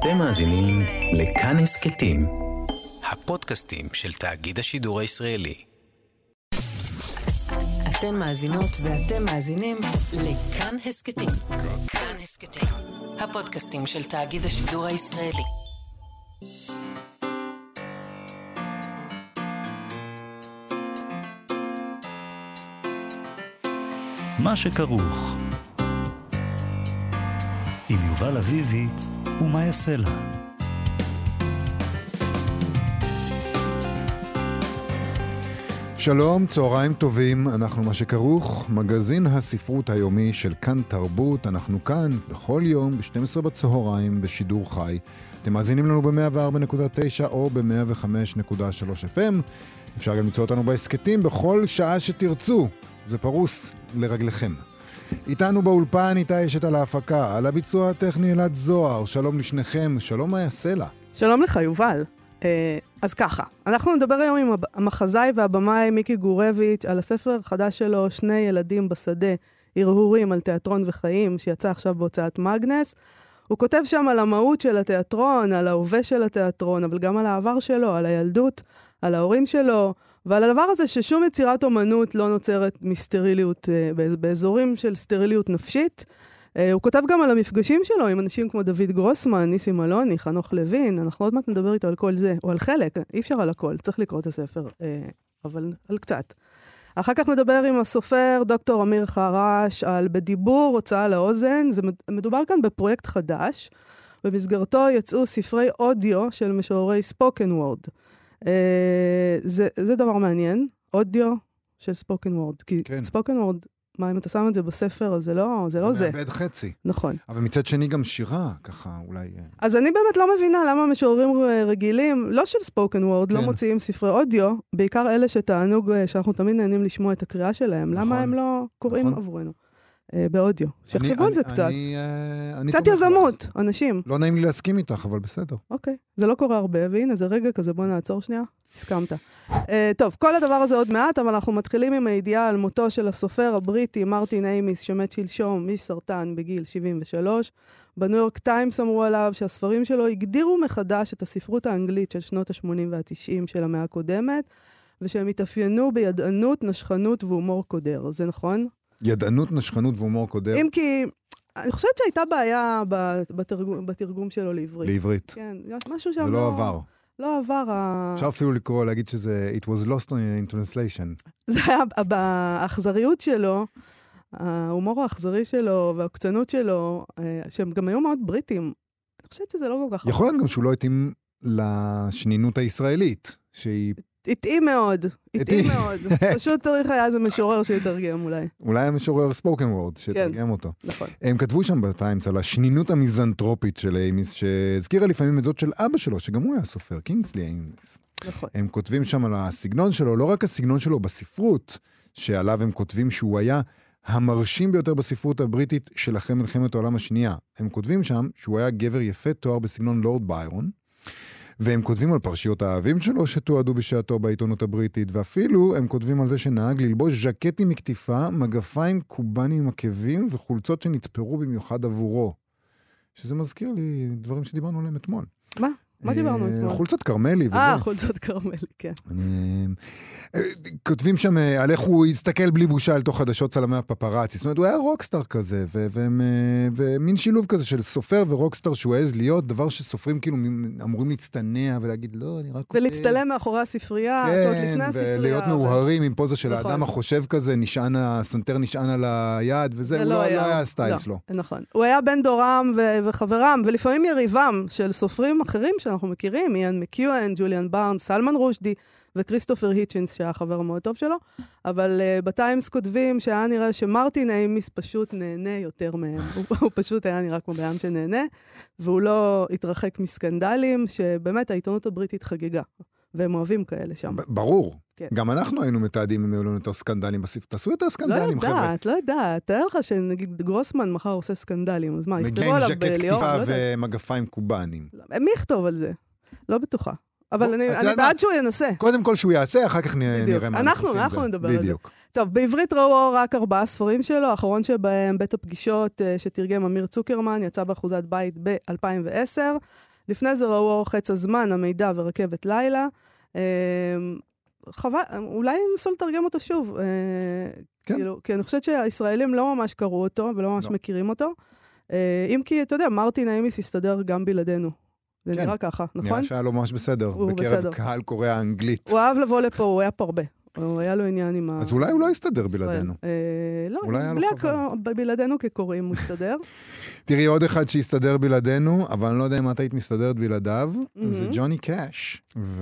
אתם מאזינים לכאן הסכתים, הפודקאסטים של תאגיד השידור הישראלי. אתן מאזינות ואתם מאזינים לכאן הסכתים. כאן הסכתים, הפודקאסטים של תאגיד השידור הישראלי. מה שכרוך עם יובל אביבי ומה יעשה לה. שלום, צהריים טובים, אנחנו מה שכרוך, מגזין הספרות היומי של כאן תרבות. אנחנו כאן בכל יום ב-12 בצהריים בשידור חי. אתם מאזינים לנו ב-104.9 או ב-105.3 FM. אפשר גם למצוא אותנו בהסכתים בכל שעה שתרצו. זה פרוס לרגליכם. איתנו באולפן איתי אשת על ההפקה, על הביצוע הטכני אלעד זוהר. שלום לשניכם, שלום מה יעשה לה. שלום לך יובל. אז ככה, אנחנו נדבר היום עם המחזאי והבמאי מיקי גורביץ' על הספר החדש שלו, שני ילדים בשדה, הרהורים על תיאטרון וחיים, שיצא עכשיו בהוצאת מגנס. הוא כותב שם על המהות של התיאטרון, על ההווה של התיאטרון, אבל גם על העבר שלו, על הילדות, על ההורים שלו, ועל הדבר הזה ששום יצירת אומנות לא נוצרת מסטריליות, באזורים של סטריליות נפשית. הוא כותב גם על המפגשים שלו עם אנשים כמו דוד גרוסמן, ניסים אלוני, חנוך לוין. אנחנו עוד מעט נדבר איתו על כל זה, או על חלק, אי אפשר על הכל, צריך לקרוא את הספר, אבל על קצת. אחר כך נדבר עם הסופר דוקטור אמיר חרש על בדיבור הוצאה לאוזן. זה מדובר כאן בפרויקט חדש, במסגרתו יצאו ספרי אודיו של משוררי ספוקן וורד. זה דבר מעניין, אודיו של ספוקן וורד, כי ספוקן וורד, מה אם אתה שם את זה בספר, אז זה לא זה. זה מאבד חצי. נכון. אבל מצד שני גם שירה, ככה אולי... אז אני באמת לא מבינה למה משוררים רגילים, לא של ספוקן וורד, לא מוציאים ספרי אודיו, בעיקר אלה שטענוג, שאנחנו תמיד נהנים לשמוע את הקריאה שלהם, למה הם לא קוראים עבורנו באודיו? שיחשבו על זה קצת. קצת יזמות, אנשים. לא נעים לי להסכים איתך, אבל בסדר. אוקיי, זה לא קורה הרבה, והנה זה רגע כזה, בוא נעצור שנייה. הסכמת. טוב, כל הדבר הזה עוד מעט, אבל אנחנו מתחילים עם הידיעה על מותו של הסופר הבריטי מרטין איימיס, שמת שלשום מסרטן בגיל 73. בניו יורק טיימס אמרו עליו שהספרים שלו הגדירו מחדש את הספרות האנגלית של שנות ה-80 וה-90 של המאה הקודמת, ושהם התאפיינו בידענות, נשכנות והומור קודר. זה נכון? ידענות, נשכנות והומור קודר. אם כי... אני חושבת שהייתה בעיה בתרגום שלו לעברית. לעברית. כן, משהו שם זה לא עבר. לא עבר אפשר אפילו לקרוא, להגיד שזה it was lost in translation. זה היה באכזריות שלו, ההומור האכזרי שלו והקצנות שלו, שהם גם היו מאוד בריטים. אני חושבת שזה לא כל כך... יכול להיות גם שהוא לא התאים לשנינות הישראלית, שהיא... התאים מאוד. פשוט צריך היה איזה משורר שיתרגם אולי. אולי המשורר ספוקן וורד שיתרגם אותו. נכון. הם כתבו שם בטיימס על השנינות המיזנטרופית של איימיס, שהזכירה לפעמים את זאת של אבא שלו, שגם הוא היה סופר, קינגסלי איימיס. נכון. הם כותבים שם על הסגנון שלו, לא רק הסגנון שלו בספרות, שעליו הם כותבים שהוא היה המרשים ביותר בספרות הבריטית של אחרי מלחמת העולם השנייה. הם כותבים שם שהוא היה גבר יפה תואר בסגנון לורד ביירון, והם כותבים על פרשיות האהבים שלו שתועדו בשעתו בעיתונות הבריטית, ואפילו הם כותבים על זה שנהג ללבוש ז'קטים מכתיפה, מגפיים קובנים עקבים וחולצות שנתפרו במיוחד עבורו. שזה מזכיר לי דברים שדיברנו עליהם אתמול. מה? מה דיברנו אתמול? חולצות קרמלי. חולצות קרמלי, כן. כותבים שם על איך הוא הסתכל בלי בושה על תוך חדשות צלמי הפפראצי. זאת אומרת, הוא היה רוקסטאר כזה, ומין שילוב כזה של סופר ורוקסטאר שהוא העז להיות, דבר שסופרים כאילו אמורים להצטנע ולהגיד, לא, אני רק כותב. ולהצטלם מאחורי הספרייה, לעשות לפני הספרייה. ולהיות מאוהרים עם פוזה של האדם החושב כזה, הסנטר נשען על היד, וזה, הוא לא היה הסטייל שלו. נכון. הוא היה בן דורם וחברם, ולפעמים יריבם של סופרים אחרים שאנחנו מכירים, איאן מקיואן, ג'וליאן בארנס, סלמן רושדי וכריסטופר היצ'ינס, שהיה חבר מאוד טוב שלו, אבל בטיימס כותבים שהיה נראה שמרטין איימיס פשוט נהנה יותר מהם. הוא פשוט היה נראה כמו בן שנהנה, והוא לא התרחק מסקנדלים, שבאמת העיתונות הבריטית חגגה, והם אוהבים כאלה שם. ברור. כן. גם אנחנו היינו מתעדים אם היו לנו יותר סקנדלים בספר. תעשו יותר סקנדלים, חבר'ה. לא יודעת. תאר לך שנגיד גרוסמן מחר עושה סקנדלים, אז מה, יכתבו עליו בליאור? מגיע עם ז'קט כתיבה ומגפיים קובנים. מי יכתוב על זה? לא בטוחה. אבל אני בעד שהוא ינסה. קודם כל שהוא יעשה, אחר כך נראה מה אנחנו נדבר על זה. טוב, בעברית ראו רק 4 ספרים שלו, האחרון שבהם בית הפגישות שתרגם אמיר צוקרמן, יצא באחוזת בית ב-2010. לפני זה ראו אור חץ הזמן, המידע ורכבת לילה. חבל, אולי נסו לתרגם אותו שוב. כן. כאילו, כי אני חושבת שהישראלים לא ממש קראו אותו, ולא ממש מכירים אותו. אם כי, אתה יודע, מרטין איימיס הסתדר גם בלעדינו. זה כן. נראה ככה, נכון? נראה שהיה לו ממש בסדר. בקרב קהל קורא האנגלית. הוא אהב לבוא לפה, הוא היה פה הרבה. הוא היה לו עניין עם אז אולי הוא לא יסתדר בלעדינו. לא, בלעדינו כקוראים הוא הסתדר. תראי, עוד אחד שהסתדר בלעדינו, אבל אני לא יודע אם את היית מסתדרת בלעדיו, זה ג'וני קאש.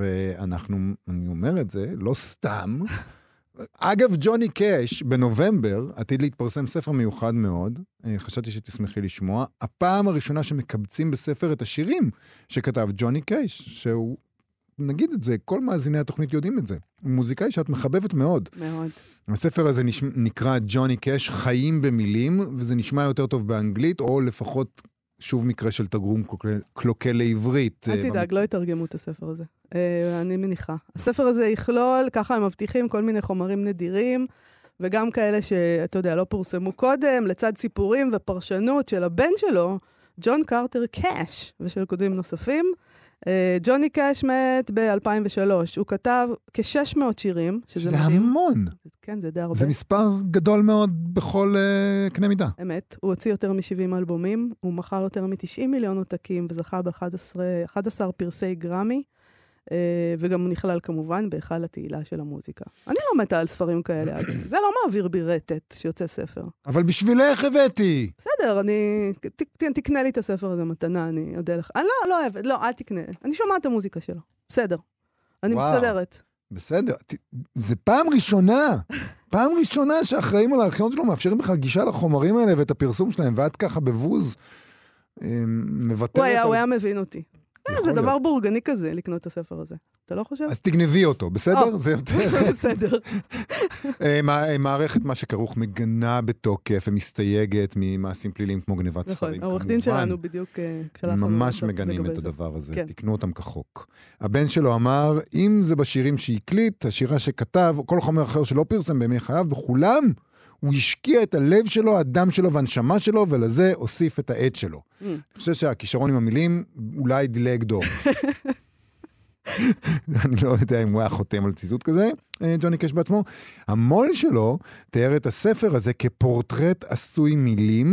אני אומר את זה, לא סתם. אגב, ג'וני קאש, בנובמבר, עתיד להתפרסם ספר מיוחד מאוד, חשבתי שתשמחי לשמוע, הפעם הראשונה שמקבצים בספר את השירים שכתב ג'וני קאש, שהוא, נגיד את זה, כל מאזיני התוכנית יודעים את זה. הוא מוזיקאי שאת מחבבת מאוד. מאוד. הספר הזה נקרא ג'וני קאש, חיים במילים, וזה נשמע יותר טוב באנגלית, או לפחות שוב מקרה של תרגום קלוקל לעברית. אל תדאג, לא יתרגמו את הספר הזה. אני מניחה. הספר הזה יכלול, ככה הם מבטיחים, כל מיני חומרים נדירים, וגם כאלה שאתה יודע, לא פורסמו קודם, לצד סיפורים ופרשנות של הבן שלו, ג'ון קרטר קאש, ושל כותבים נוספים. ג'וני קאש מת ב-2003. הוא כתב כ-600 שירים, שזה מדהים. זה המון. כן, זה די הרבה. זה מספר גדול מאוד בכל קנה מידה. אמת. הוא הוציא יותר מ-70 אלבומים, הוא מכר יותר מ-90 מיליון עותקים, וזכה ב-11 פרסי גרמי, וגם הוא נכלל כמובן בהיכל התהילה של המוזיקה. אני לא מתה על ספרים כאלה. זה לא מעביר בי רטט שיוצא ספר. אבל בשבילך הבאתי. בסדר, תקנה לי את הספר הזה מתנה, אני אודה לך. אני לא אוהבת, לא, אל תקנה. אני שומעת את המוזיקה שלו. בסדר. אני מסתדרת. בסדר. זה פעם ראשונה שהאחראים על הארכיון שלו מאפשרים בכלל גישה לחומרים האלה ואת הפרסום שלהם, ואת ככה בבוז מבטרת. הוא היה מבין אותי. זה דבר בורגני כזה, לקנות את הספר הזה. אתה לא חושב? אז תגנבי אותו, בסדר? זה יותר... בסדר. מערכת מה שכרוך מגנה בתוקף ומסתייגת ממעשים פליליים כמו גנבת ספרים. נכון, העורך דין שלנו בדיוק ממש מגנים את הדבר הזה, תקנו אותם כחוק. הבן שלו אמר, אם זה בשירים שהקליט, השירה שכתב, כל חומר אחר שלא פרסם בימי חייו, בכולם הוא השקיע את הלב שלו, הדם שלו והנשמה שלו, ולזה הוסיף את העט שלו. אני חושב שהכישרון עם המילים אולי דילג דור. אני לא יודע אם הוא היה חותם על ציטוט כזה, ג'וני קאש בעצמו. המו"ל שלו תיאר את הספר הזה כפורטרט עשוי מילים,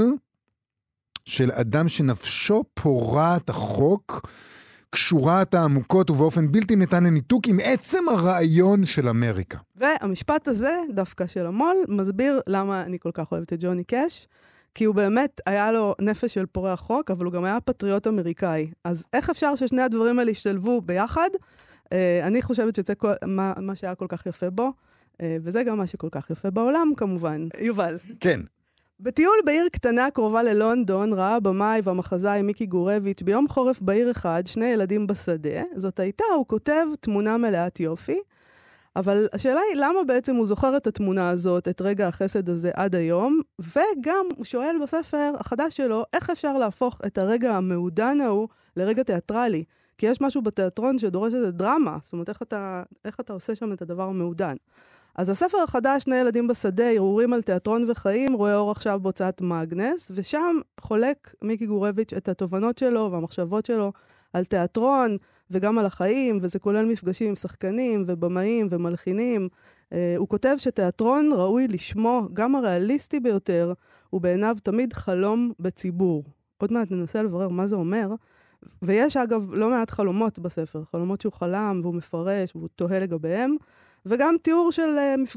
של אדם שנפשו פורעת החוק, קשורת העמוקות ובאופן בלתי ניתן לניתוק עם עצם הרעיון של אמריקה. והמשפט הזה, דווקא של המו"ל, מסביר למה אני כל כך אוהבת את ג'וני קאש, כי הוא באמת היה לו נפש של פורע חוק, אבל הוא גם היה פטריוט אמריקאי. אז איך אפשר ששני הדברים האלה ישתלבו ביחד? אני חושבת שזה מה שהיה כל כך יפה בו, וזה גם מה שכל כך יפה בעולם, כמובן. יובל. כן. בטיול בעיר קטנה קרובה ללונדון, ראה במאי והמחזאי מיקי גורביץ' ביום חורף בעיר אחד, שני ילדים בשדה. זאת הייתה, הוא כותב, תמונה מלאת יופי. אבל השאלה היא, למה בעצם הוא זוכר את התמונה הזאת, את רגע החסד הזה עד היום, וגם הוא שואל בספר החדש שלו, איך אפשר להפוך את הרגע המעודן ההוא לרגע תיאטרלי? כי יש משהו בתיאטרון שדורש איזה דרמה, זאת אומרת, איך אתה עושה שם את הדבר המעודן? אז הספר החדש, שני ילדים בשדה, ערעורים על תיאטרון וחיים, רואה אור עכשיו בהוצאת מאגנס, ושם חולק מיקי גורביץ' את התובנות שלו והמחשבות שלו על תיאטרון, וגם על החיים, וזה כולל מפגשים עם שחקנים ובמאים ומלחינים. הוא כותב שתיאטרון ראוי לשמו, גם הריאליסטי ביותר, הוא בעיניו תמיד חלום בציבור. עוד מעט ננסה לברר מה זה אומר, ויש אגב לא מעט חלומות בספר, חלומות שהוא חלם והוא מפרש והוא תוהה לגביהם, וגם תיאור של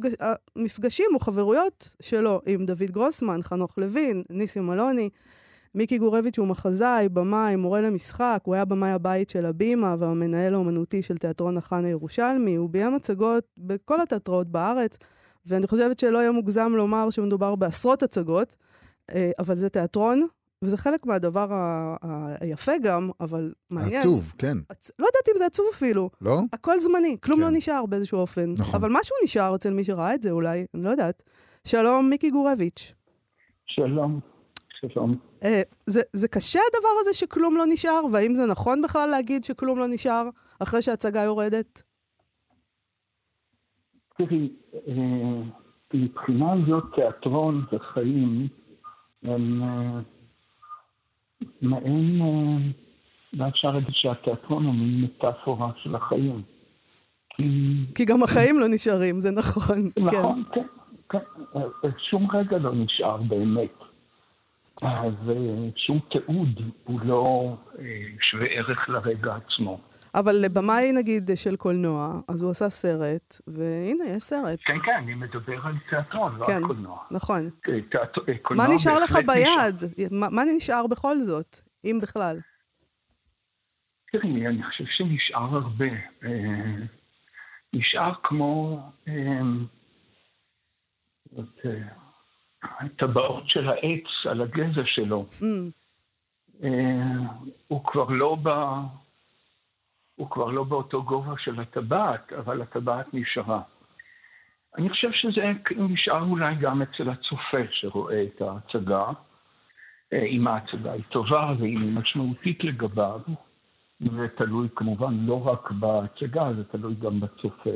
מפגשים או חברויות שלו עם דוד גרוסמן, חנוך לוין, ניסים אלוני. מיקי גורביץ' הוא מחזאי, במאי, מורה למשחק, הוא היה במאי הבית של הבימה והמנהל האומנותי של תיאטרון החאן הירושלמי, הוא ביים הצגות בכל התיאטראות בארץ, ואני חושבת שלא יהיה מוגזם לומר שמדובר בעשרות הצגות, אבל זה תיאטרון, וזה חלק מהדבר היפה גם, אבל מעניין. עצוב, כן. לא יודעת אם זה עצוב אפילו. לא? הכל זמני, כלום לא נשאר באיזשהו אופן. נכון. אבל משהו נשאר אצל מי שראה את זה אולי, אני לא יודעת. שלום, מיקי גורביץ'. שלום. שלום. זה קשה הדבר הזה שכלום לא נשאר, והאם זה נכון בכלל להגיד שכלום לא נשאר אחרי שההצגה יורדת? תראי, מבחינה זאת תיאטרון וחיים הם מעין ואפשר להגיד שהתיאטרון הוא מין מטאפורה של החיים. כי גם החיים לא נשארים, זה נכון. נכון, כן. שום רגע לא נשאר באמת. אז שום תיעוד הוא לא שווה ערך לרגע עצמו. אבל לבמאי נגיד של קולנוע, אז הוא עשה סרט, והנה יש סרט. כן, כן, אני מדבר על תיאטרון, לא על קולנוע. נכון. קולנוע מה נשאר לך ביד? מה נשאר בכל זאת, אם בכלל? תראי, אני חושב שנשאר הרבה. נשאר כמו הטבעות של העץ על הגזע שלו. הוא כבר לא באותו גובה של הטבעת, אבל הטבעת נשארה. אני חושב שזה נשאר אולי גם אצל הצופה שרואה את ההצגה, אם ההצגה היא טובה ואם היא משמעותית לגביו. זה תלוי כמובן לא רק בהצגה, זה תלוי גם בצופה.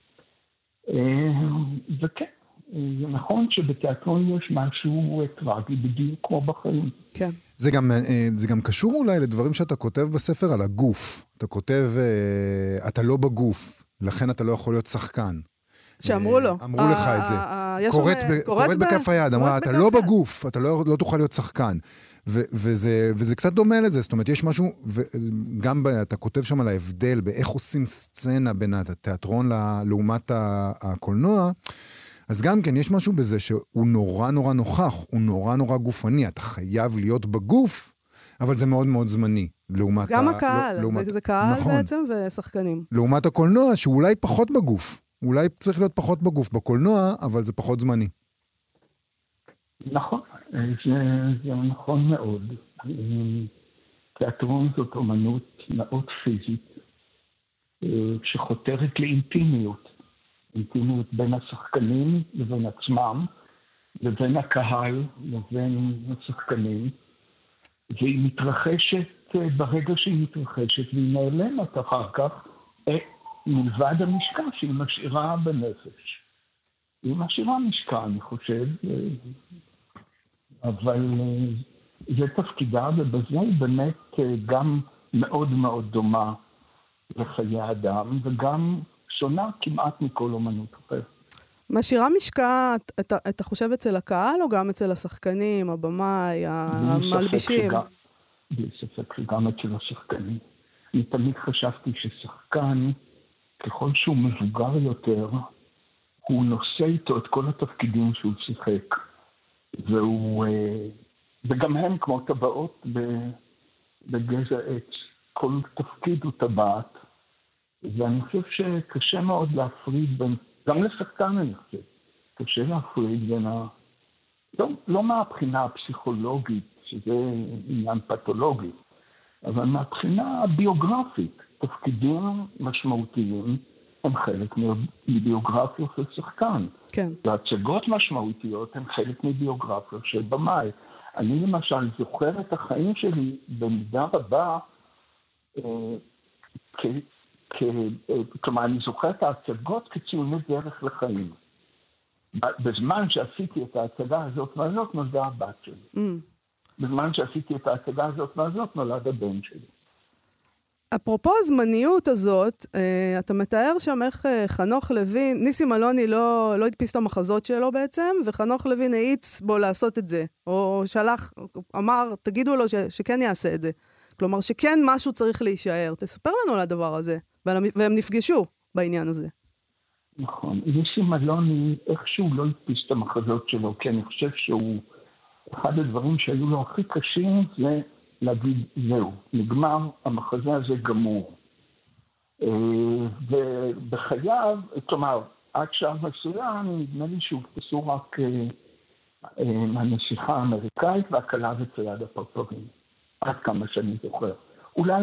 וכן, זה נכון שבתיאטרון יש משהו טרגי בדיוק כמו בחיים. כן. זה גם קשור אולי לדברים שאתה כותב בספר על הגוף. אתה כותב, אתה לא בגוף, לכן אתה לא יכול להיות שחקן. שאמרו לו. אמרו לך את זה. קוראת בכף היד, אמרה, אתה לא בגוף, אתה לא תוכל להיות שחקן. וזה קצת דומה לזה, זאת אומרת, יש משהו, וגם אתה כותב שם על ההבדל באיך עושים סצנה בין התיאטרון לעומת הקולנוע, אז גם כן, יש משהו בזה שהוא נורא נורא נוכח, הוא נורא נורא גופני, אתה חייב להיות בגוף, אבל זה מאוד מאוד זמני. גם הקהל, זה קהל בעצם ושחקנים. לעומת הקולנוע, שהוא אולי פחות בגוף. אולי צריך להיות פחות בגוף בקולנוע, אבל זה פחות זמני. נכון, זה נכון מאוד. תיאטרון זאת אומנות מאוד פיזית, שחותרת לאינטימיות. אינטימיות בין השחקנים לבין עצמם, לבין הקהל, לבין השחקנים. והיא מתרחשת ברגע שהיא מתרחשת, והיא נעלמת אחר כך, מלבד המשקע שהיא משאירה בנפש. היא משאירה משקע, אני חושב, אבל זה תפקידה, ובזה היא באמת גם מאוד מאוד דומה לחיי אדם, וגם שונה כמעט מכל אומנות אחרת. משאירה משקע, אתה חושב אצל הקהל או גם אצל השחקנים, הבמאי, המלבישים? בלי ספק שגם אצל השחקנים. אני תמיד חשבתי ששחקן, ככל שהוא מבוגר יותר, הוא נושא איתו את כל התפקידים שהוא שיחק. וגם הם כמו טבעות בגזע עץ. כל תפקיד הוא טבעת. ואני חושב שקשה מאוד להפריד בין, גם לשחקן אני חושב, קשה להפריד בין לא מהבחינה הפסיכולוגית, שזה עניין פתולוגי, אבל מהבחינה הביוגרפית, תפקידים משמעותיים הם חלק מביוגרפיה של שחקן. כן. והצגות משמעותיות הם חלק מביוגרפיה של במאי. אני למשל זוכר את החיים שלי במידה רבה, כלומר, אני זוכר את ההצגות כציוני דרך לחיים. בזמן שעשיתי את ההצגה הזאת והזאת, נולדה הבת שלי. בזמן שעשיתי את ההצגה הזאת והזאת, נולד הבן שלי. אפרופו הזמניות הזאת, אתה מתאר שם איך חנוך לוין, ניסים אלוני לא הדפיס את המחזות שלו בעצם, וחנוך לוין העיץ בו לעשות את זה. או שלח, אמר, תגידו לו שכן יעשה את זה. כלומר, שכן משהו צריך להישאר. תספר לנו על הדבר הזה. והם נפגשו בעניין הזה. נכון. ניסים אלוני, איכשהו לא הדפיס את המחזות שלו, כי אני חושב שהוא, אחד הדברים שהיו לו הכי קשים, זה להגיד, זהו, נגמר, המחזה הזה גמור. ובחייו, כלומר, עד שעה מסוים, נדמה לי שהודפסו רק הנסיכה האמריקאית והקלה וצייד הפרפרים. עד כמה שאני זוכר. אולי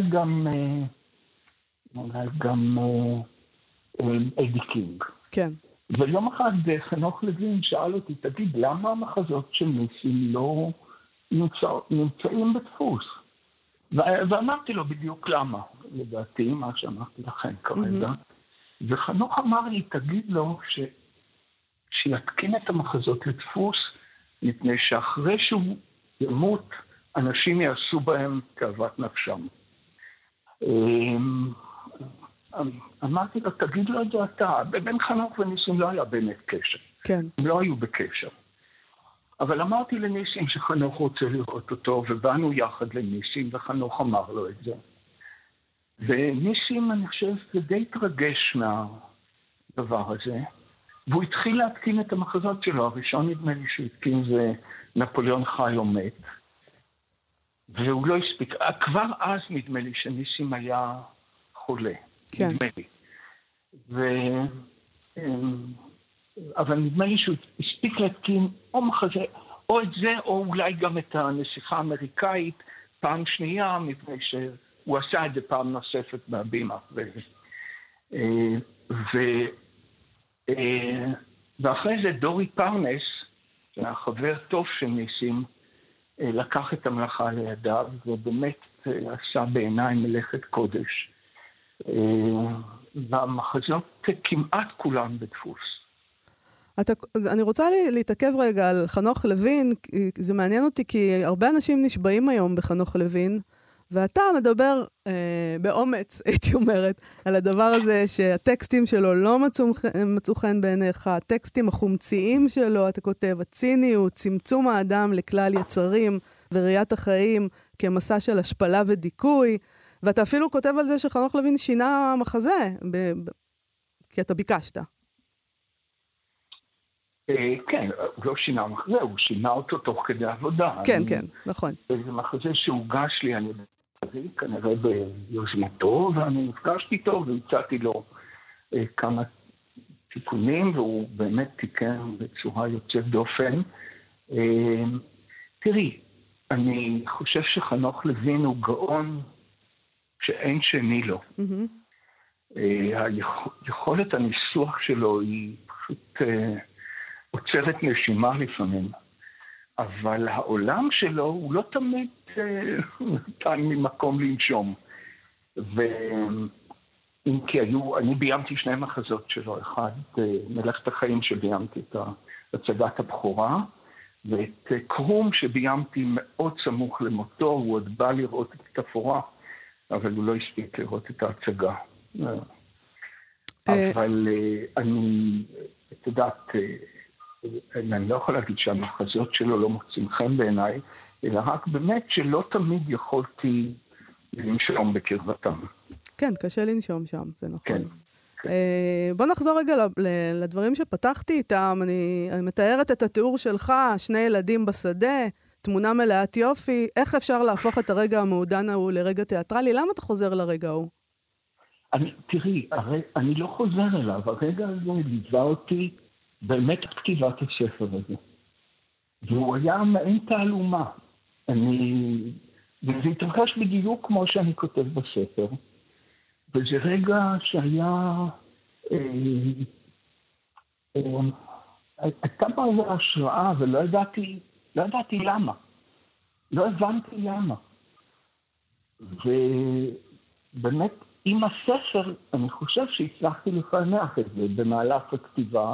גם אדי קינג. כן. ויום אחד חנוך לוין שאל אותי, תגיד, למה המחזות של ניסים לא נמצאים בדפוס? ואמרתי לו בדיוק למה, לדעתי, מה שאמרתי לכם כרגע. וחנוך אמר לי, תגיד לו שיתקין את המחזות לדפוס, מפני שאחרי שהוא ימות, אנשים יעשו בהם כאוות נפשם. אמרתי לו, תגיד לו את זה אתה. בין חנוך וניסים לא היה באמת קשר. כן. הם לא היו בקשר. אבל אמרתי לניסים שחנוך רוצה לראות אותו, ובאנו יחד לניסים, וחנוך אמר לו את זה. וניסים, אני חושב, זה די התרגש מהדבר הזה. והוא התחיל להתקין את המחזות שלו. הראשון נדמה לי שהוא התקין זה נפוליאון חי או מת. והוא לא הספיק. כבר אז נדמה לי שניסים היה חולה. כן. נדמה לי. אבל נדמה לי שהוא הספיק להתקין או מחזה, או את זה, או אולי גם את הנסיכה האמריקאית פעם שנייה, מפני שהוא עשה את זה פעם נוספת בהבימה. ואחרי זה דורי פרנס, החבר טוב של ניסים, לקח את המלאכה לידיו, ובאמת עשה בעיניי מלאכת קודש. והמחזות כמעט כולם בדפוס. אני רוצה להתעכב רגע על חנוך לוין, זה מעניין אותי כי הרבה אנשים נשבעים היום בחנוך לוין, ואתה מדבר באומץ, הייתי אומרת, על הדבר הזה שהטקסטים שלו לא מצאו חן בעיניך, הטקסטים החומציים שלו, אתה כותב, הציניות, צמצום האדם לכלל יצרים וראיית החיים כמסע של השפלה ודיכוי, ואתה אפילו כותב על זה שחנוך לוין שינה מחזה, כי אתה ביקשת. כן, הוא לא שינה מחזה, הוא שינה אותו תוך כדי עבודה. כן, כן, נכון. זה מחזה שהוגש לי, אני כנראה ביוזמתו, ואני נפגשתי איתו והצעתי לו כמה תיקונים, והוא באמת תיקן בצורה יוצאת דופן. תראי, אני חושב שחנוך לוין הוא גאון שאין שני לו. יכולת הניסוח שלו היא פשוט עוצרת נשימה לפעמים, אבל העולם שלו הוא לא תמיד נתן ממקום לנשום. ואם כי אני ביימתי שני מחזות שלו, אחד מלאכת החיים שביימתי את הצגת הבכורה, ואת קרום שביימתי מאוד סמוך למותו, הוא עוד בא לראות את התפאורה, אבל הוא לא הספיק לראות את ההצגה. אבל אני, את יודעת, אני לא יכול להגיד שהמחזות שלו לא מוצאים חן בעיניי, אלא רק באמת שלא תמיד יכולתי לנשום בקרבתם. כן, קשה לנשום שם, זה נכון. כן. בוא נחזור רגע לדברים שפתחתי איתם. אני מתארת את התיאור שלך, שני ילדים בשדה, תמונה מלאת יופי. איך אפשר להפוך את הרגע המעודן ההוא לרגע תיאטרלי? למה אתה חוזר לרגע ההוא? תראי, אני לא חוזר אליו. הרגע הזה ליווה אותי באמת כתיבת הספר הזה. והוא היה מעין תעלומה. וזה התרחש בדיוק כמו שאני כותב בספר. וזה רגע שהיה... הייתה בו השראה, ולא ידעתי למה. לא הבנתי למה. ובאמת, עם הספר, אני חושב שהצלחתי לפענח את זה במהלך הכתיבה,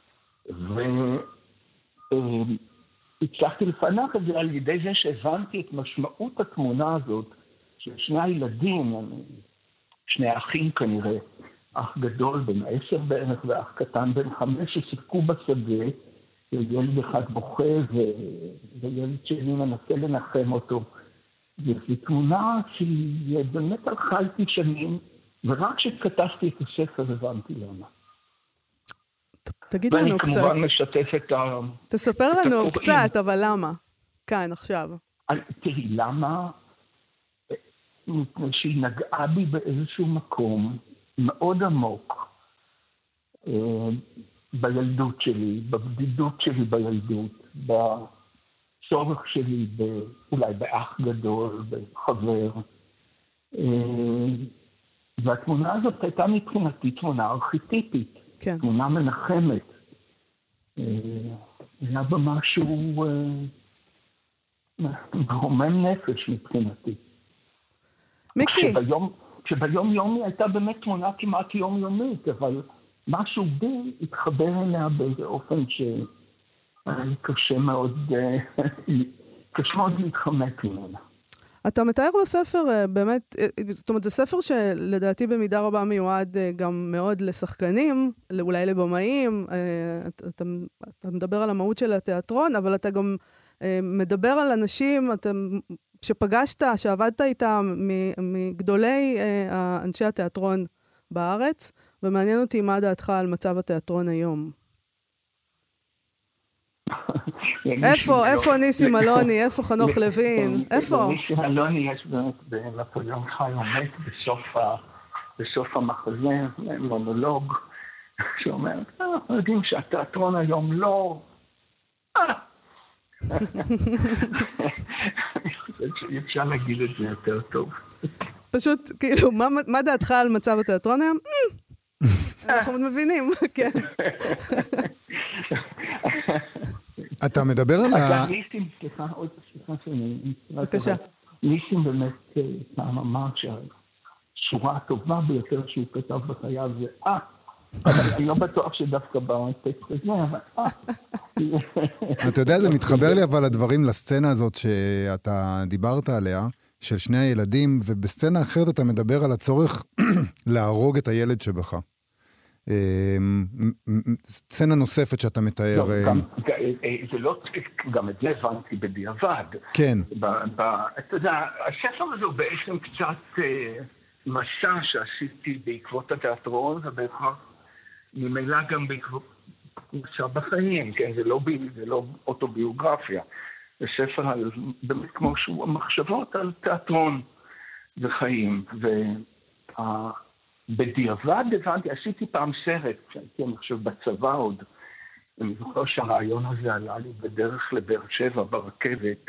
והצלחתי לפענח את זה על ידי זה שהבנתי את משמעות התמונה הזאת של שני הילדים, שני האחים כנראה, אח גדול בן 10 בערך ואח קטן בן 5 ששיחקו בשדה, וילד אחד בוכה וילד שני מנסה לנחם אותו. וזו תמונה שהיא באמת הלכה איתי שנים, ורק כשכתבתי את הספר הבנתי למה. תגיד לנו קצת. ואני כמובן משתף את ה... תספר לנו קצת, אבל למה? כאן, עכשיו. תראי, למה? מפני שהיא נגעה בי באיזשהו מקום מאוד עמוק בילדות שלי, בבדידות שלי בילדות, בצורך שלי אולי באח גדול, בחבר. והתמונה הזאת הייתה מבחינתי תמונה ארכיטיפית, כן. תמונה מנחמת. היה בה משהו מרומם נפש מבחינתי. מיקי. שביום יומי הייתה באמת תמונה כמעט יומיומית, אבל משהו בי התחבר אליה באיזה אופן שהיה לי קשה מאוד להתחמק ממנה. אתה מתאר בספר באמת, זאת אומרת, זה ספר שלדעתי במידה רבה מיועד גם מאוד לשחקנים, אולי לבמאים, אתה מדבר על המהות של התיאטרון, אבל אתה גם מדבר על אנשים שפגשת, שעבדת איתם מגדולי אנשי התיאטרון בארץ, ומעניין אותי מה דעתך על מצב התיאטרון היום. איפה ניסים אלוני, איפה חנוך לוין, איפה? ניסים אלוני יש בנפוליאון חי עומד בסוף המחזה, מונולוג, שאומר, אנחנו יודעים שהתיאטרון היום לא... אני חושבת שאפשר להגיד את זה יותר טוב. פשוט, כאילו, מה דעתך על מצב התיאטרון היום? אנחנו מבינים, כן. אתה מדבר על ניסים, סליחה, עוד סליחה שאני... בבקשה. ניסים באמת פעם אמר שהשורה הטובה ביותר שהוא כתב בחייו זה אני לא בטוח שדווקא בטקסט הזה, אבל אתה יודע, זה מתחבר לי אבל לדברים לסצנה הזאת שאתה דיברת עליה, של שני הילדים, ובסצנה אחרת אתה מדבר על הצורך להרוג את הילד שבך. סצנה נוספת שאתה מתאר... זה לא, גם את זה הבנתי בדיעבד. כן. אתה יודע, הספר הזה הוא בעצם קצת מסע שעשיתי בעקבות התיאטרון, ובכך ממילא גם בעקבות מסע בחיים, כן? זה לא אוטוביוגרפיה. זה ספר באמת כמו שהוא מחשבות על תיאטרון וחיים. בדיעבד הבנתי, עשיתי פעם סרט, שהייתי אני חושב בצבא עוד, אני זוכר שהרעיון הזה עלה לי בדרך לבאר שבע ברכבת.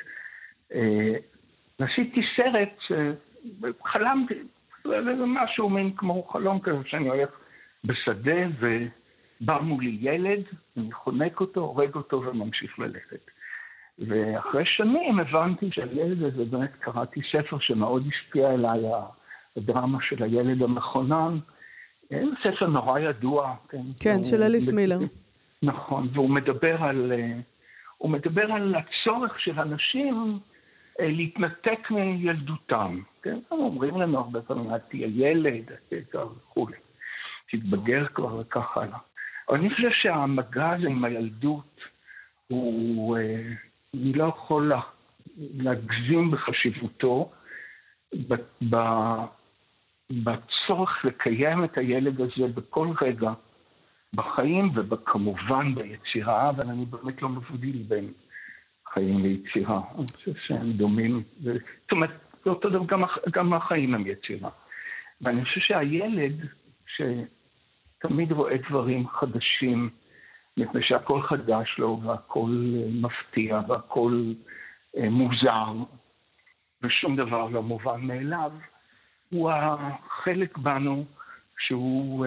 עשיתי סרט שחלמתי, זה משהו מין כמו חלום כזה, שאני הולך בשדה ובא מולי ילד, אני חונק אותו, הורג אותו וממשיך ללכת. ואחרי שנים הבנתי שהילד הזה, באמת קראתי ספר שמאוד השפיע עליי, הדרמה של הילד המכונן, ספר נורא ידוע. כן, של אליס מילר. נכון, והוא מדבר על הצורך של אנשים להתנתק מילדותם. כן? הם אומרים לנו הרבה פעמים, תהיה ילד, וכו'. תתבגר כבר וכך הלאה. אבל אני חושב שהמגע הזה עם הילדות, אני לא יכול להגזים בחשיבותו, בצורך לקיים את הילד הזה בכל רגע בחיים ובכמובן ביצירה, אבל אני באמת לא מבדיל בין חיים ליצירה. אני חושב שהם דומים, זאת אומרת, זה אותו דבר, גם החיים הם יצירה. ואני חושב שהילד שתמיד רואה דברים חדשים, מפני שהכל חדש לו והכל מפתיע והכל מוזר, ושום דבר לא מובן מאליו, הוא החלק בנו שהוא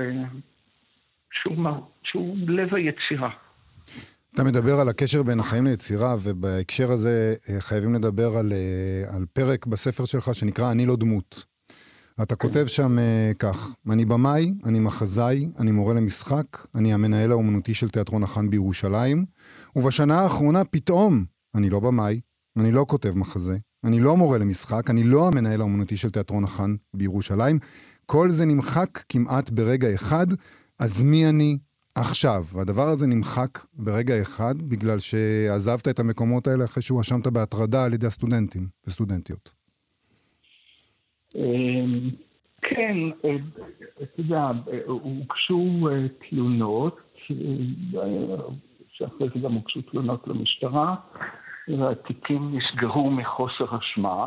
לב היצירה. אתה מדבר על הקשר בין החיים ליצירה, ובהקשר הזה חייבים לדבר על פרק בספר שלך שנקרא אני לא דמות. אתה כותב שם כך, אני במאי, אני מחזאי, אני מורה למשחק, אני המנהל האומנותי של תיאטרון החאן בירושלים, ובשנה האחרונה פתאום אני לא במאי, אני לא כותב מחזה, אני לא מורה למשחק, אני לא המנהל האומנותי של תיאטרון החאן בירושלים, כל זה נמחק כמעט ברגע אחד, אז מי אני עכשיו? והדבר הזה נמחק ברגע אחד, בגלל שעזבת את המקומות האלה אחרי שהוא אשמת בהטרדה על ידי הסטודנטים וסטודנטיות. כן, אתה יודע, הוגשו תלונות, שאחרי זה גם הוגשו תלונות למשטרה, והתיקים נסגרו מחוסר אשמה,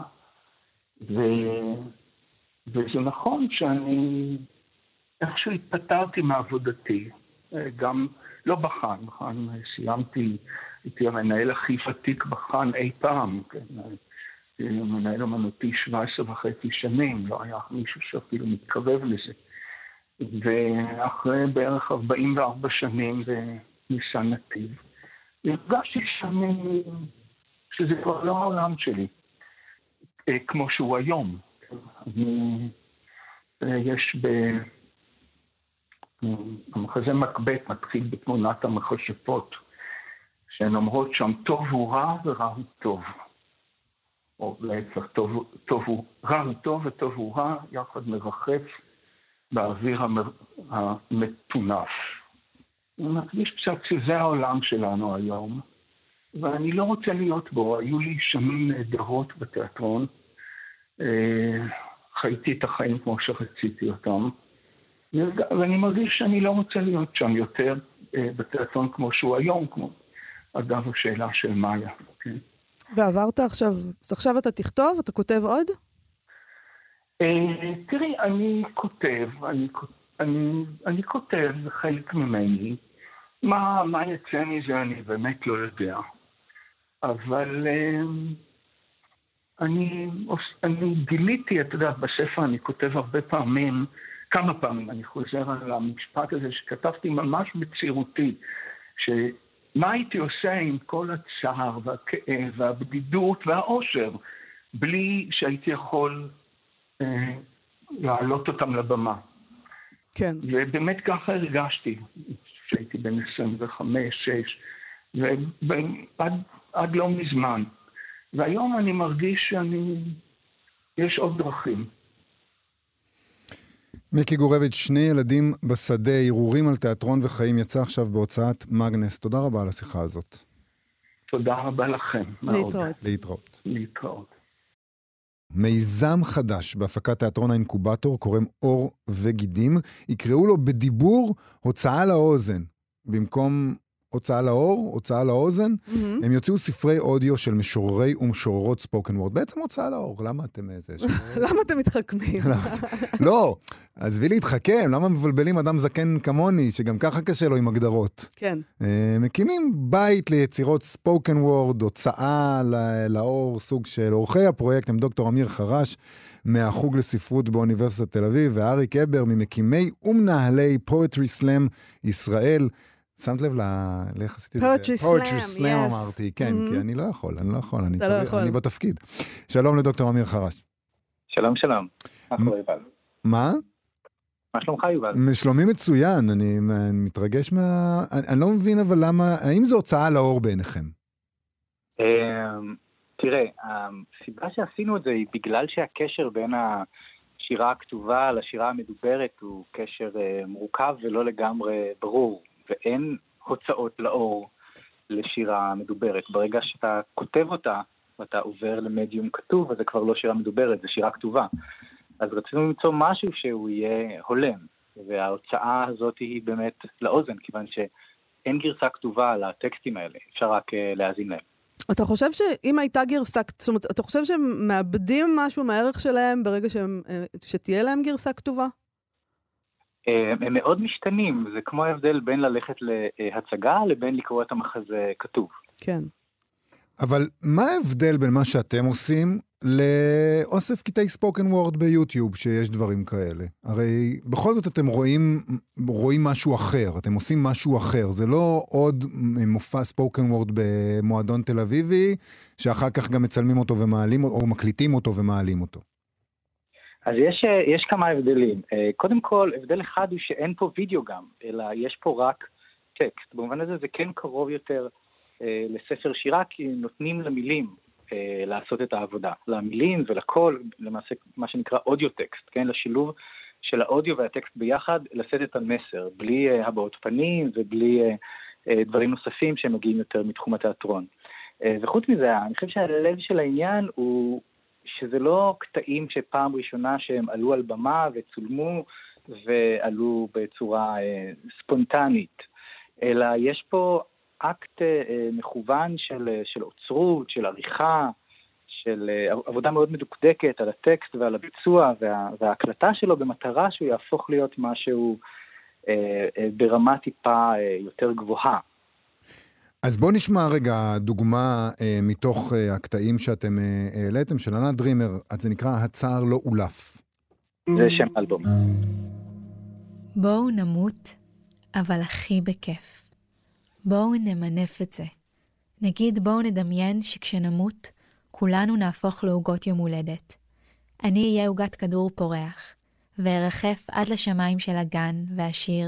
וזה נכון שאני איכשהו התפטרתי מעבודתי, גם לא בחאן, בחאן סיימתי, הייתי המנהל הכי ותיק בחאן אי פעם, כן, מנהל אומנותי 17.5 שנים, לא היה מישהו שאפילו מתקרב לזה. ואחרי בערך 44 שנים בניסן נתיב, הרגשתי שזה כבר לא העולם שלי, כמו שהוא היום. יש במחזה מקבט מתחיל בתמונת המכשפות, שהן אומרות שם טוב הוא רע ורע הוא טוב. או להפך, טוב הוא רע הוא טוב וטוב הוא רע, יחד מרחף באוויר המטונף. אני מרגיש קצת שזה העולם שלנו היום, ואני לא רוצה להיות בו. היו לי שנים נהדרות בתיאטרון, חייתי את החיים כמו שרציתי אותם, ואני מרגיש שאני לא רוצה להיות שם יותר בתיאטרון כמו שהוא היום, כמו אגב השאלה של מאיה. כן? ועברת עכשיו אתה תכתוב? אתה כותב עוד? תראי, אני כותב, זה חלק ממני. מה יצא מזה אני באמת לא יודע. אבל אני גיליתי, אתה יודע, בספר אני כותב הרבה פעמים, כמה פעמים אני חוזר על המשפט הזה שכתבתי ממש בצעירותי, שמה הייתי עושה עם כל הצער והכאב והבדידות והאושר, בלי שהייתי יכול להעלות אותם לבמה. כן. ובאמת ככה הרגשתי, שהייתי בן 25-6, ועד לא מזמן. והיום אני מרגיש יש עוד דרכים. מיקי גורביץ', 2 ילדים בשדה, ערעורים על תיאטרון וחיים, יצא עכשיו בהוצאת מאגנס. תודה רבה על השיחה הזאת. תודה רבה לכם. להתראות. מיזם חדש בהפקת תיאטרון האינקובטור, קוראים אור וגידים, יקראו לו בדיבור הוצאה לאוזן. במקום הוצאה לאור, הוצאה לאוזן, הם יוציאו ספרי אודיו של משוררי ומשוררות ספוקן וורד. בעצם הוצאה לאור, למה אתם למה אתם מתחכמים? לא, עזבי להתחכם, למה מבלבלים אדם זקן כמוני, שגם ככה קשה לו עם הגדרות? כן. מקימים בית ליצירות ספוקן וורד, הוצאה לאור, סוג של עורכי הפרויקט, הם דוקטור אמיר חרש, מהחוג לספרות באוניברסיטת תל אביב, ואריק אבר, ממקימי ומנהלי פואטרי סלאם ישראל. שמת לב לאיך עשיתי את זה? פואטרי סלאם אמרתי, כן, כי אני לא יכול, אני בתפקיד. שלום לדוקטור אמיר חרש. שלום. מה שלומך יובל? מה? מה שלומך יובל? שלומי מצוין, אני מתרגש אני לא מבין אבל למה, האם זו הוצאה לאור בעיניכם? תראה, הסיבה שעשינו את זה היא בגלל שהקשר בין השירה הכתובה לשירה המדוברת הוא קשר מורכב ולא לגמרי ברור. ואין הוצאות לאור לשירה מדוברת. ברגע שאתה כותב אותה, ואתה עובר למדיום כתוב, אז זה כבר לא שירה מדוברת, זה שירה כתובה. אז רצינו למצוא משהו שהוא יהיה הולם, וההוצאה הזאת היא באמת לאוזן, כיוון שאין גרסה כתובה לטקסטים האלה, אפשר רק להאזין להם. אתה חושב שאם הייתה גרסה, זאת אומרת, אתה חושב שהם מאבדים משהו מהערך שלהם ברגע שתהיה להם גרסה כתובה? הם מאוד משתנים, זה כמו ההבדל בין ללכת להצגה לבין לקרוא את המחזה כתוב. כן. אבל מה ההבדל בין מה שאתם עושים לאוסף קטעי ספוקן וורד ביוטיוב, שיש דברים כאלה? הרי בכל זאת אתם רואים משהו אחר, אתם עושים משהו אחר, זה לא עוד מופע ספוקן וורד במועדון תל אביבי, שאחר כך גם מצלמים אותו ומעלים, או מקליטים אותו ומעלים אותו. אז יש כמה הבדלים. קודם כל, הבדל אחד הוא שאין פה וידאו גם, אלא יש פה רק טקסט. במובן הזה זה כן קרוב יותר לספר שירה, כי נותנים למילים לעשות את העבודה. למילים ולקול, למעשה מה שנקרא אודיו טקסט, כן? לשילוב של האודיו והטקסט ביחד, לשאת את המסר, בלי הבעות פנים ובלי דברים נוספים שמגיעים יותר מתחום התיאטרון. וחוץ מזה, אני חושב שהלב של העניין הוא שזה לא קטעים שפעם ראשונה שהם עלו על במה וצולמו ועלו בצורה ספונטנית, אלא יש פה אקט מכוון של אוצרות, של עריכה, של עבודה מאוד מדוקדקת על הטקסט ועל הביצוע וההקלטה שלו במטרה שהוא יהפוך להיות משהו ברמה טיפה יותר גבוהה. אז בוא נשמע רגע דוגמה מתוך הקטעים שאתם העליתם, של ענת דרימר, זה נקרא הצער לא אולף. זה שם אלבום. בואו נמות, אבל הכי בכיף. בואו נמנף את זה. נגיד בואו נדמיין שכשנמות, כולנו נהפוך לעוגות יום הולדת. אני אהיה עוגת כדור פורח, וארחף עד לשמיים של הגן והשיר.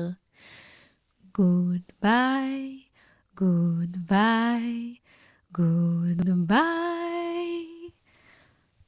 Goodbye. Goodbye, goodbye,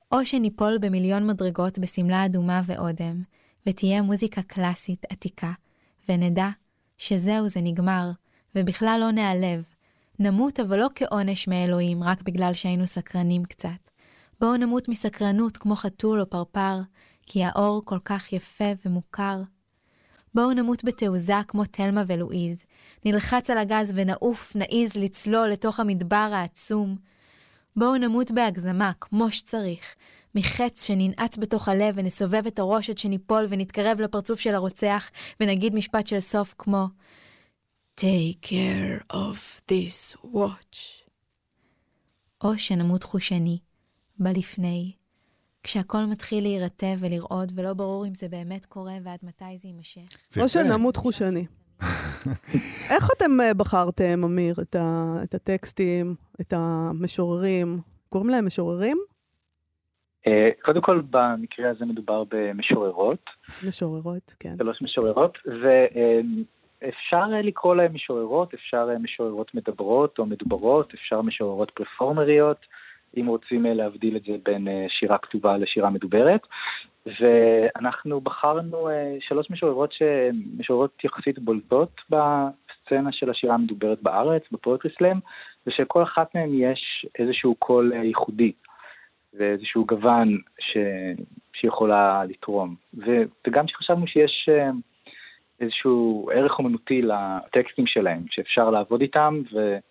או שניפול במיליון מדרגות בסמלה אדומה ואודם, ותהיה מוזיקה קלאסית עתיקה, ונדע שזהו זה נגמר, ובכלל לא נעלב. נמות אבל לא כעונש מאלוהים, רק בגלל שהיינו סקרנים קצת. בואו נמות מסקרנות כמו חתול או פרפר, כי האור כל כך יפה ומוכר. בואו נמות בתעוזה כמו תלמה ולואיז. נלחץ על הגז ונעוף, נעיז לצלול לתוך המדבר העצום. בואו נמות בהגזמה כמו שצריך. מחץ שננעץ בתוך הלב ונסובב את הראש עד שניפול ונתקרב לפרצוף של הרוצח ונגיד משפט של סוף כמו Take care of this watch. או שנמות חושני, בלפני, כשהכל מתחיל להירטב ולרעוד ולא ברור אם זה באמת קורה ועד מתי זה יימשך. או שנמות חושני. איך אתם בחרתם, אמיר, את הטקסטים, את המשוררים? קוראים להם משוררים? קודם כל, במקרה הזה מדובר במשוררות. משוררות, כן. 3 משוררות, ואפשר לקרוא להם משוררות, אפשר משוררות מדברות או מדוברות, אפשר משוררות פרפורמריות, אם רוצים להבדיל את זה בין שירה כתובה לשירה מדוברת. ואנחנו בחרנו 3 משוררות משוררות יחסית בולטות בסצנה של השירה המדוברת בארץ, בפואטרי סלאם, ושכל אחת מהן יש איזשהו קול ייחודי, ואיזשהו גוון שיכולה לתרום. וגם שחשבנו שיש איזשהו ערך אומנותי לטקסטים שלהם, שאפשר לעבוד איתם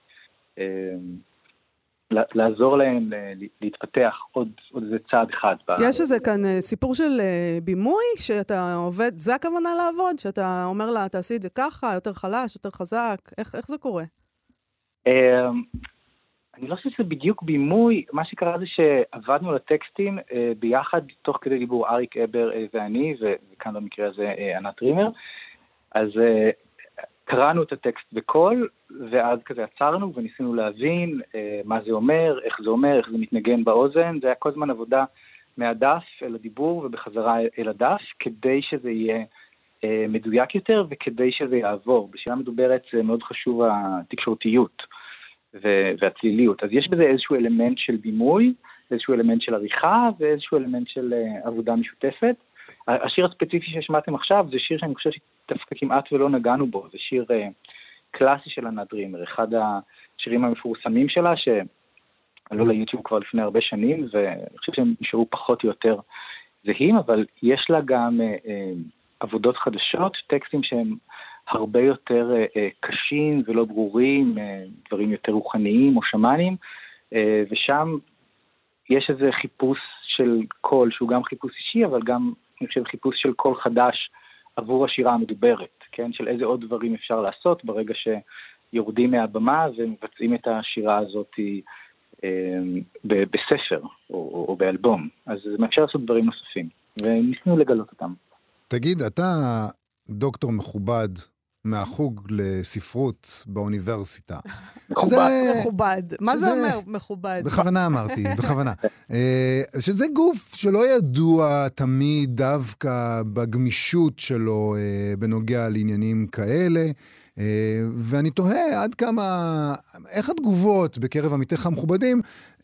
לעזור להם להתפתח עוד איזה צעד אחד. יש איזה כאן סיפור של בימוי, שאתה עובד, זה הכוונה לעבוד? שאתה אומר לה, תעשי את זה ככה, יותר חלש, יותר חזק, איך זה קורה? אני לא חושב שזה בדיוק בימוי, מה שקרה זה שעבדנו לטקסטים ביחד, תוך כדי דיבור אריק אבר ואני, וכאן במקרה הזה ענת רימר, אז קראנו את הטקסט בקול, ואז כזה עצרנו וניסינו להבין מה זה אומר, איך זה אומר, איך זה מתנגן באוזן. זה היה כל זמן עבודה מהדף אל הדיבור ובחזרה אל הדף, כדי שזה יהיה מדויק יותר וכדי שזה יעבור. בשירה מדוברת זה מאוד חשוב התקשורתיות והצליליות. אז יש בזה איזשהו אלמנט של בימוי, איזשהו אלמנט של עריכה ואיזשהו אלמנט של עבודה משותפת. השיר הספציפי ששמעתם עכשיו זה שיר שאני חושב שדווקא כמעט ולא נגענו בו, זה שיר קלאסי של ענת רימר, אחד השירים המפורסמים שלה שעלו ליוטיוב כבר לפני הרבה שנים, ואני חושב שהם נשארו פחות או יותר זהים, אבל יש לה גם עבודות חדשות, טקסטים שהם הרבה יותר קשים ולא ברורים, דברים יותר רוחניים או שמאנים, ושם יש איזה חיפוש של קול, שהוא גם חיפוש אישי, אבל גם אני חושב חיפוש של קול חדש עבור השירה המדוברת, כן? של איזה עוד דברים אפשר לעשות ברגע שיורדים מהבמה ומבצעים את השירה הזאת בספר או באלבום. אז זה מאפשר לעשות דברים נוספים, וניסינו לגלות אותם. תגיד, אתה דוקטור מכובד מהחוג לספרות באוניברסיטה. מכובד. מה זה אומר מכובד? בכוונה אמרתי, בכוונה. שזה גוף שלא ידוע תמיד דווקא בגמישות שלו בנוגע לעניינים כאלה, ואני תוהה עד כמה, איך התגובות בקרב עמיתיך המכובדים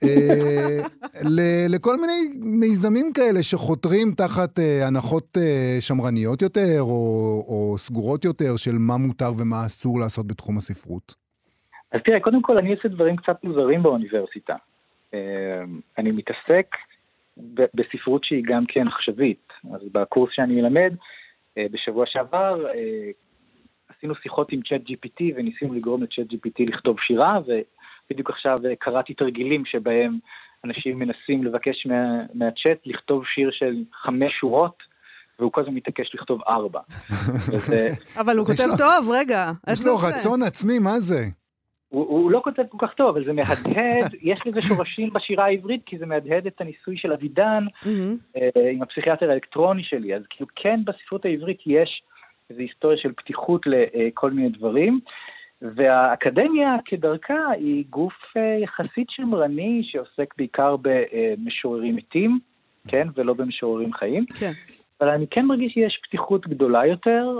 לכל מיני מיזמים כאלה שחותרים תחת הנחות שמרניות יותר או סגורות יותר של מה מותר ומה אסור לעשות בתחום הספרות? אז תראה, קודם כל אני עושה דברים קצת מוזרים באוניברסיטה. אני מתעסק בספרות שהיא גם כן עכשווית. אז בקורס שאני מלמד, בשבוע שעבר, עשינו שיחות עם צ'אט GPT וניסינו לגרום לצ'אט GPT לכתוב שירה, ובדיוק עכשיו קראתי תרגילים שבהם אנשים מנסים לבקש מהצ'אט לכתוב שיר של 5 שורות, והוא כל הזמן מתעקש לכתוב 4. אבל הוא כותב טוב, רגע. יש לו רצון עצמי, מה זה? הוא לא כותב כל כך טוב, אבל זה מהדהד, יש לזה שורשים בשירה העברית, כי זה מהדהד את הניסוי של אבידן, עם הפסיכיאטר האלקטרוני שלי, אז כאילו כן בספרות העברית יש איזו היסטוריה של פתיחות לכל מיני דברים, והאקדמיה כדרכה היא גוף יחסית שמרני, שעוסק בעיקר במשוררים מתים, כן, ולא במשוררים חיים. כן. אבל אני כן מרגיש שיש פתיחות גדולה יותר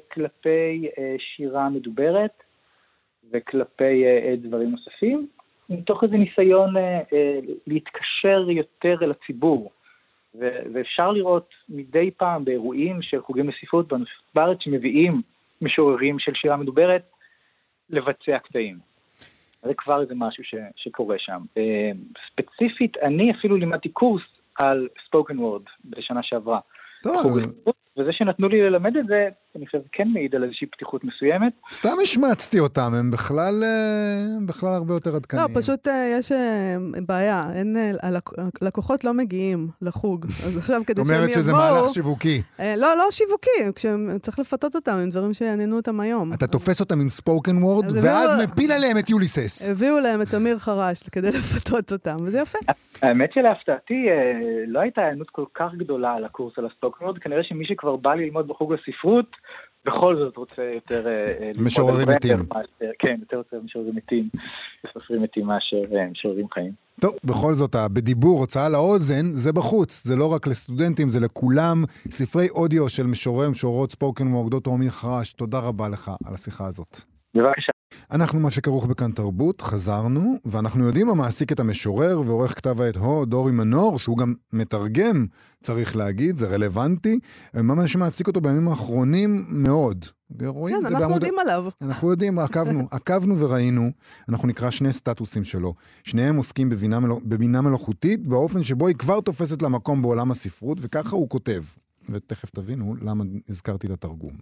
כלפי שירה מדוברת, וכלפי דברים נוספים, מתוך איזה ניסיון להתקשר יותר אל הציבור. ואפשר לראות מדי פעם באירועים של חוגים לספרות בארץ שמביאים משוררים של שירה מדוברת לבצע קטעים. זה כבר איזה משהו שקורה שם. ספציפית, אני אפילו לימדתי קורס על spoken word בשנה שעברה. טוב. וזה שנתנו לי ללמד את זה, אני חושב כן מעיד על איזושהי פתיחות מסוימת. סתם השמצתי אותם, הם בכלל הרבה יותר עדכניים. לא, פשוט יש בעיה, לקוחות לא מגיעים לחוג, אז עכשיו כדי שהם יבואו... אומרת שזה מהלך שיווקי. לא שיווקי, צריך לפתות אותם עם דברים שיעניינו אותם היום. אתה תופס אותם עם spoken word, ואז מפיל עליהם את יוליסס. הביאו להם את אמיר חרש כדי לפתות אותם, וזה יפה. האמת שלהפתעתי, לא הייתה הענות כל כך גדולה על הקורס על הספוקן ורד, כנראה שמי שכבר בא ללמוד בחוג לספרות, בכל זאת רוצה יותר... משוררים מתים. כן, יותר משוררים מתים, סופרים מתים מאשר משוררים חיים. טוב, בכל זאת, בדיבור, הוצאה לאוזן, זה בחוץ, זה לא רק לסטודנטים, זה לכולם. ספרי אודיו של משוררות ספוקן ורד, דוקטור אמיר חרש, תודה רבה לך על השיחה הזאת. בבקשה. אנחנו מה שכרוך בכאן תרבות, חזרנו, ואנחנו יודעים מה מעסיק את המשורר ועורך כתב העת דורי מנור, שהוא גם מתרגם, צריך להגיד, זה רלוונטי, מה שמעסיק אותו בימים האחרונים מאוד. כן, אנחנו יודעים עליו. אנחנו יודעים, עקבנו וראינו, אנחנו נקרא שני סטטוסים שלו. שניהם עוסקים בבינה מלאכותית, באופן שבו היא כבר תופסת למקום בעולם הספרות, וככה הוא כותב. ותכף תבינו למה הזכרתי לתרגום.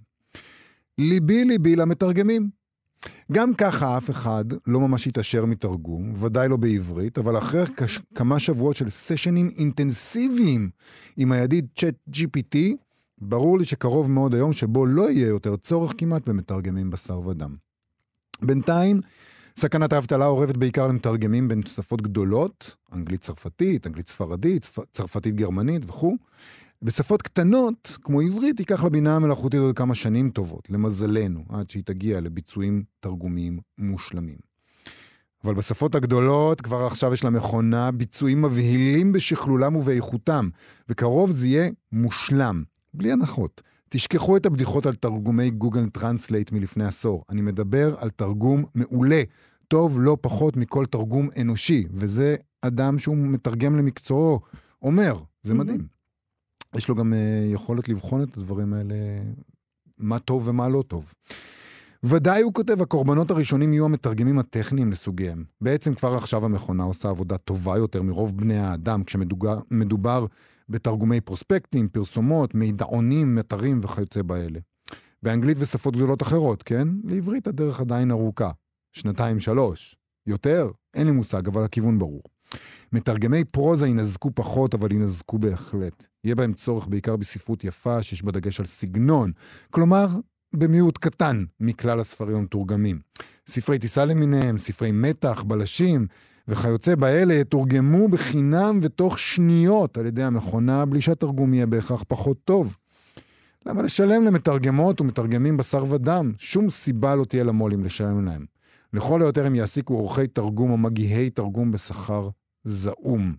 ליבי למתרגמים. גם ככה אף אחד לא ממש יתאשר מתרגום, ודאי לא בעברית, אבל אחרי כמה שבועות של סשנים אינטנסיביים עם הידיד ChatGPT, ברור לי שקרוב מאוד היום שבו לא יהיה יותר צורך כמעט במתרגמים בשר ודם. בינתיים, סכנת האבטלה עורבת בעיקר למתרגמים בין שפות גדולות, אנגלית צרפתית, אנגלית ספרדית, צרפתית גרמנית וכו'. בשפות קטנות, כמו עברית, ייקח לבינה המלאכותית עוד כמה שנים טובות, למזלנו, עד שהיא תגיע לביצועים תרגומיים מושלמים. אבל בשפות הגדולות, כבר עכשיו יש למכונה ביצועים מבהילים בשכלולם ובאיכותם, וקרוב זה יהיה מושלם, בלי הנחות. תשכחו את הבדיחות על תרגומי גוגל טרנסלייט מלפני עשור. אני מדבר על תרגום מעולה, טוב לא פחות מכל תרגום אנושי, וזה אדם שהוא מתרגם למקצועו אומר, זה מדהים. יש לו גם יכולת לבחון את הדברים האלה, מה טוב ומה לא טוב. ודאי הוא כותב, הקורבנות הראשונים יהיו המתרגמים הטכניים לסוגיהם. בעצם כבר עכשיו המכונה עושה עבודה טובה יותר מרוב בני האדם, כשמדובר בתרגומי פרוספקטים, פרסומות, מידעונים, מטרים וכיוצא באלה. באנגלית ושפות גדולות אחרות, כן? לעברית הדרך עדיין ארוכה. 2-3. יותר? אין לי מושג, אבל הכיוון ברור. מתרגמי פרוזה ינזקו פחות, אבל ינזקו בהחלט. יהיה בהם צורך בעיקר בספרות יפה, שיש בה דגש על סגנון. כלומר, במיעוט קטן מכלל הספרים המתורגמים. ספרי טיסה למיניהם, ספרי מתח, בלשים, וכיוצא באלה תורגמו בחינם ותוך שניות על ידי המכונה, בלי שהתרגום יהיה בהכרח פחות טוב. למה לשלם למתרגמות ומתרגמים בשר ודם? שום סיבה לא תהיה למולים לשלם להם. לכל היותר הם יעסיקו עורכי תרגום או מגיהי תרגום בשכר זעום.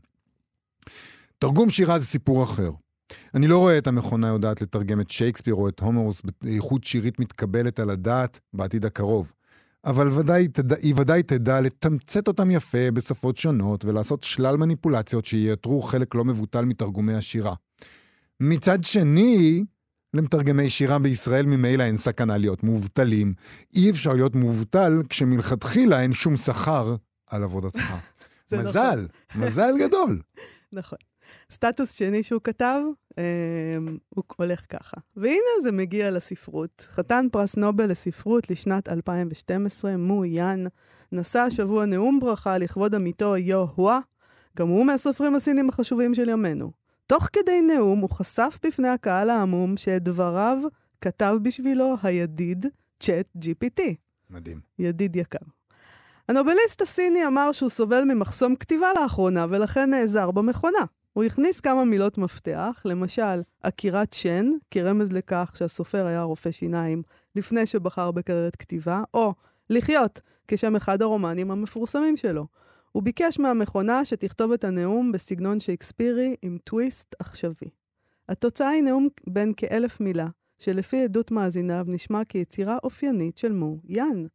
תרגום שירה זה סיפור אחר. אני לא רואה את המכונה יודעת לתרגם את שייקספיר או את הומרוס באיכות שירית מתקבלת על הדעת בעתיד הקרוב. אבל היא ודאי תדע לתמצת אותם יפה בשפות שונות ולעשות שלל מניפולציות שיתרו חלק לא מבוטל מתרגומי השירה. מצד שני, למתרגמי שירה בישראל ממילא אין סכנה להיות מובטלים. אי אפשר להיות מובטל כשמלכתחילה אין שום שכר על עבודתך. מזל, מזל גדול. נכון. סטטוס שני שהוא כתב, הוא הולך ככה. והנה זה מגיע לספרות. חתן פרס נובל לספרות לשנת 2012, מו יאן, נשא השבוע נאום ברכה לכבוד עמיתו יו הואה, גם הוא מהסופרים הסינים החשובים של ימינו. תוך כדי נאום הוא חשף בפני הקהל העמום שאת דבריו כתב בשבילו הידיד ChatGPT. מדהים. ידיד יקר. הנובליסט הסיני אמר שהוא סובל ממחסום כתיבה לאחרונה, ולכן נעזר במכונה. הוא הכניס כמה מילות מפתח, למשל, עקירת שן, כרמז לכך שהסופר היה רופא שיניים לפני שבחר בקריירת כתיבה, או לחיות, כשם אחד הרומנים המפורסמים שלו. הוא ביקש מהמכונה שתכתוב את הנאום בסגנון שייקספירי עם טוויסט עכשווי. התוצאה היא נאום בין כ1,000 מילה, שלפי עדות מאזיניו נשמע כיצירה אופיינית של מו יאן.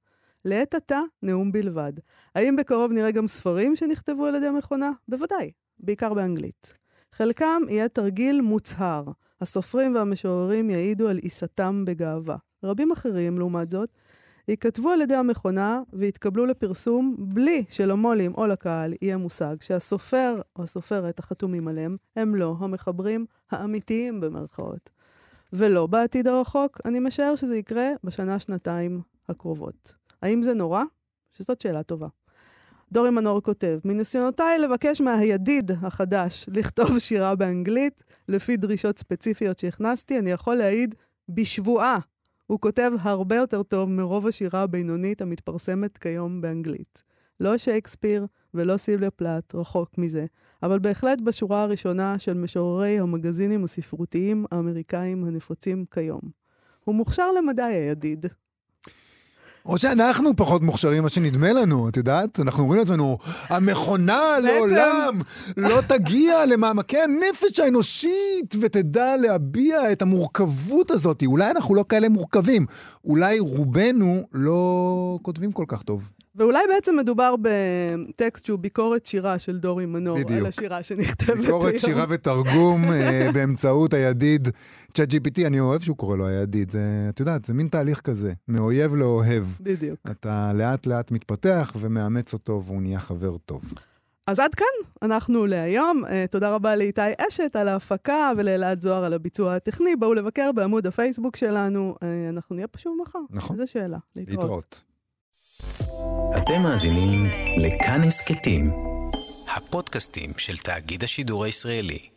לעת עתה נאום בלבד. האם בקרוב נראה גם ספרים שנכתבו על ידי המכונה? בוודאי, בעיקר באנגלית. חלקם יהיה תרגיל מוצהר. הסופרים והמשוררים יעידו על עיסתם בגאווה. רבים אחרים, לעומת זאת, ייכתבו על ידי המכונה ויתקבלו לפרסום בלי שלמולים או לקהל יהיה מושג שהסופר או הסופרת החתומים עליהם הם לא המחברים האמיתיים במרכאות. ולא בעתיד הרחוק, אני משער שזה יקרה בשנה-שנתיים הקרובות. האם זה נורא? שזאת שאלה טובה. דורי מנור כותב, מניסיונותיי לבקש מהידיד החדש לכתוב שירה באנגלית, לפי דרישות ספציפיות שהכנסתי, אני יכול להעיד בשבועה. הוא כותב הרבה יותר טוב מרוב השירה הבינונית המתפרסמת כיום באנגלית. לא שייקספיר ולא סילביה פלאט, רחוק מזה, אבל בהחלט בשורה הראשונה של משוררי המגזינים הספרותיים האמריקאים הנפוצים כיום. הוא מוכשר למדי הידיד. או שאנחנו פחות מוכשרים מה שנדמה לנו, את יודעת? אנחנו אומרים לעצמנו, המכונה לעולם לא תגיע למעמקי הנפש האנושית, ותדע להביע את המורכבות הזאת. אולי אנחנו לא כאלה מורכבים. אולי רובנו לא כותבים כל כך טוב. ואולי בעצם מדובר בטקסט שהוא ביקורת שירה של דורי מנור, בדיוק. על השירה שנכתבת. ביקורת שירה ותרגום באמצעות הידיד ChatGPT, אני אוהב שהוא קורא לו הידיד, את יודעת, זה מין תהליך כזה, מאויב לאוהב. בדיוק. אתה לאט לאט מתפתח ומאמץ אותו והוא נהיה חבר טוב. אז עד כאן, אנחנו להיום. תודה רבה לאיתי אשת על ההפקה ולאלעד זוהר על הביצוע הטכני. בואו לבקר בעמוד הפייסבוק שלנו, אנחנו נהיה פשוט מחר. נכון. איזה שאלה. להתראות. אתם מאזינים לכאן הסכתים, הפודקאסטים של תאגיד השידור הישראלי.